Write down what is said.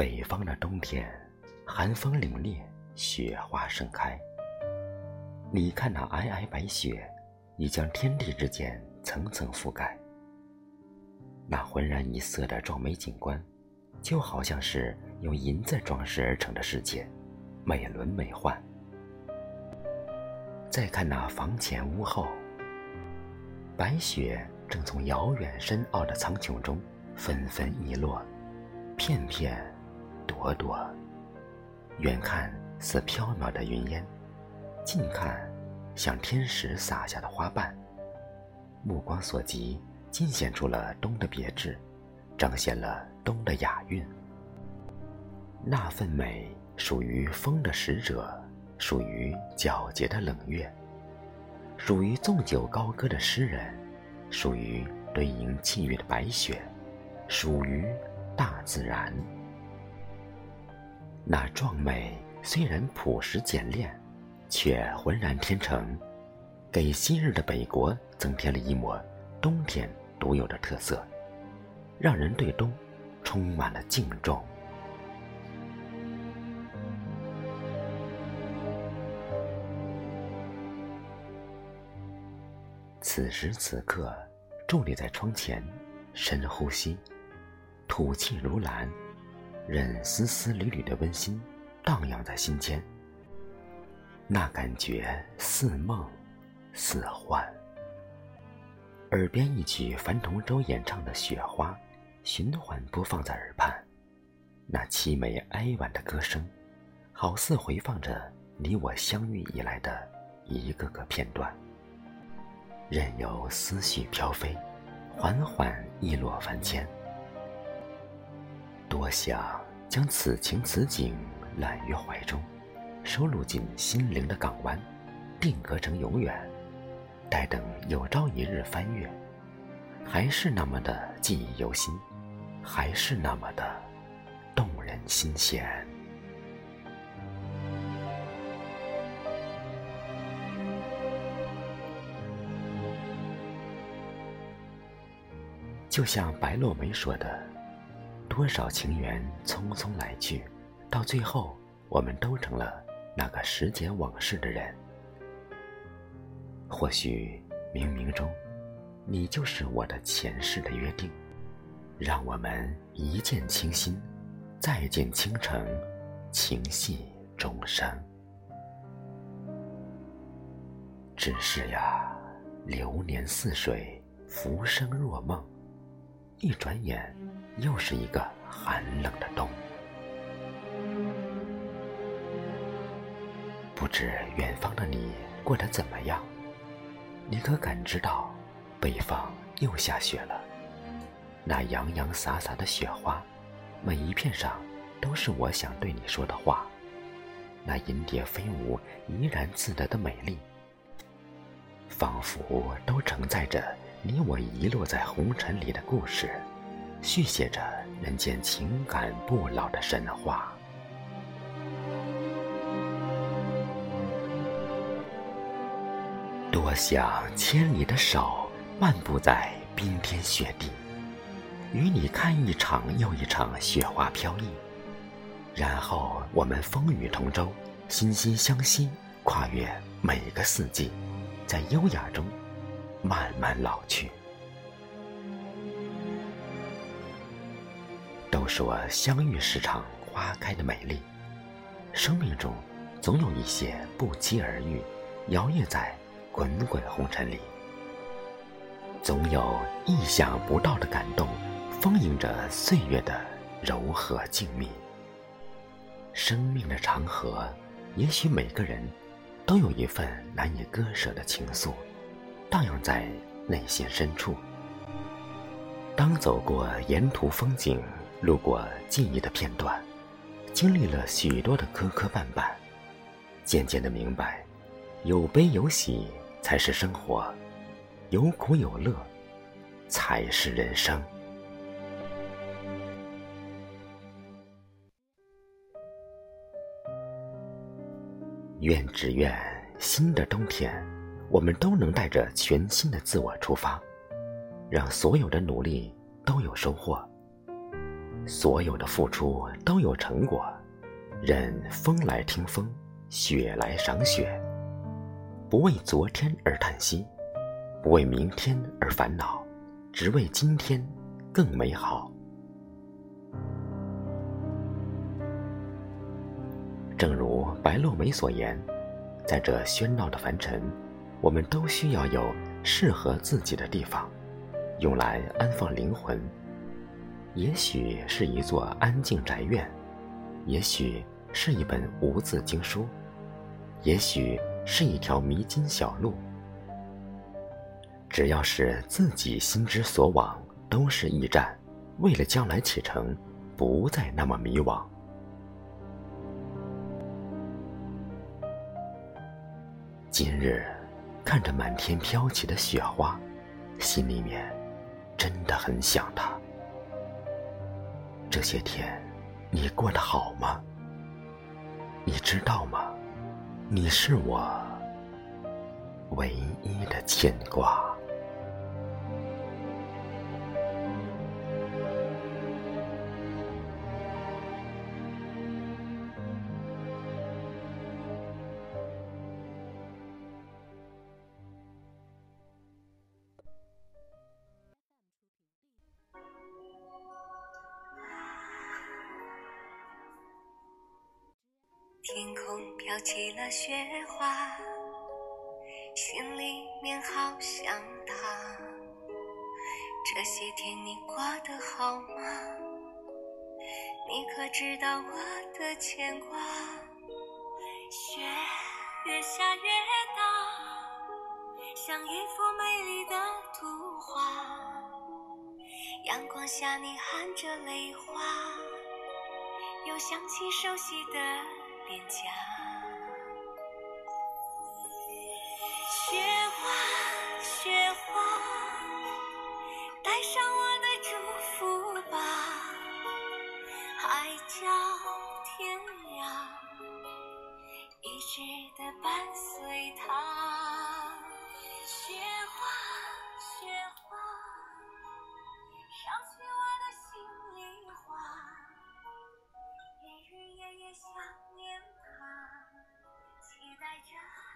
北方的冬天，寒风凛冽，雪花盛开。你看那皑皑白雪，已将天地之间层层覆盖。那浑然一色的壮美景观，就好像是用银子装饰而成的世界，美轮美奂。再看那房前屋后，白雪正从遥远深奥的苍穹中纷纷遗落，片片朵朵，远看似飘渺的云烟，近看像天使洒下的花瓣。目光所及，尽显出了冬的别致，彰显了冬的雅韵。那份美属于风的使者，属于皎洁的冷月，属于纵酒高歌的诗人，属于对迎气韵的白雪，属于大自然。那壮美虽然朴实简练，却浑然天成，给昔日的北国增添了一抹冬天独有的特色，让人对冬充满了敬重。此时此刻，伫立在窗前，深呼吸，吐气如兰，任丝丝缕缕的温馨荡漾在心间。那感觉似梦似幻。耳边一曲樊同舟演唱的《雪花》循环播放在耳畔，那凄美哀婉的歌声，好似回放着你我相遇以来的一个个片段，任由思绪飘飞，缓缓溢落凡间。多想将此情此景揽于怀中，收录进心灵的港湾，定格成永远。待等有朝一日翻阅，还是那么的记忆犹新，还是那么的动人心弦。就像白落梅说的，多少情缘匆匆来去，到最后我们都成了那个时节往事的人。或许冥冥中，你就是我的前世的约定，让我们一见倾心，再见倾城，情系终生。只是呀，流年似水，浮生若梦，一转眼又是一个寒冷的冬。不知远方的你过得怎么样？你可感知到北方又下雪了？那洋洋洒洒的雪花，每一片上都是我想对你说的话。那银蝶飞舞，怡然自得的美丽，仿佛都承载着你我遗落在红尘里的故事，续写着人间情感不老的神话。多想牵你的手，漫步在冰天雪地，与你看一场又一场雪花飘逸，然后我们风雨同舟，心心相惜，跨越每个四季，在优雅中慢慢老去。都说相遇是场花开的美丽，生命中总有一些不期而遇，摇曳在滚滚红尘里，总有意想不到的感动，丰盈着岁月的柔和静谧。生命的长河，也许每个人都有一份难以割舍的情愫，荡漾在内心深处。当走过沿途风景，路过记忆的片段，经历了许多的磕磕绊绊，渐渐地明白，有悲有喜才是生活，有苦有乐才是人生。只愿新的冬天，我们都能带着全新的自我出发，让所有的努力都有收获。 所有的付出都有成果，任风来听风，雪来赏雪。不为昨天而叹息，不为明天而烦恼，只为今天更美好。正如白落梅所言，在这喧闹的凡尘，我们都需要有适合自己的地方，用来安放灵魂。也许是一座安静宅院，也许是一本无字经书，也许是一条迷津小路。只要是自己心之所往，都是驿站，为了将来启程，不再那么迷惘。今日看着满天飘起的雪花，心里面真的很想他。这些天你过得好吗？你知道吗？你是我唯一的牵挂。 天空飘起了雪花，心里面好想他。这些天你过得好吗？你可知道我的牵挂？雪越下越大，像一幅美丽的图画。阳光下你含着泪花，又想起熟悉的脸颊。雪花雪花，带上我的祝福吧，海角天涯，一直地伴随它。雪花雪花，捎去我的心里话，日日夜夜想念他，期待着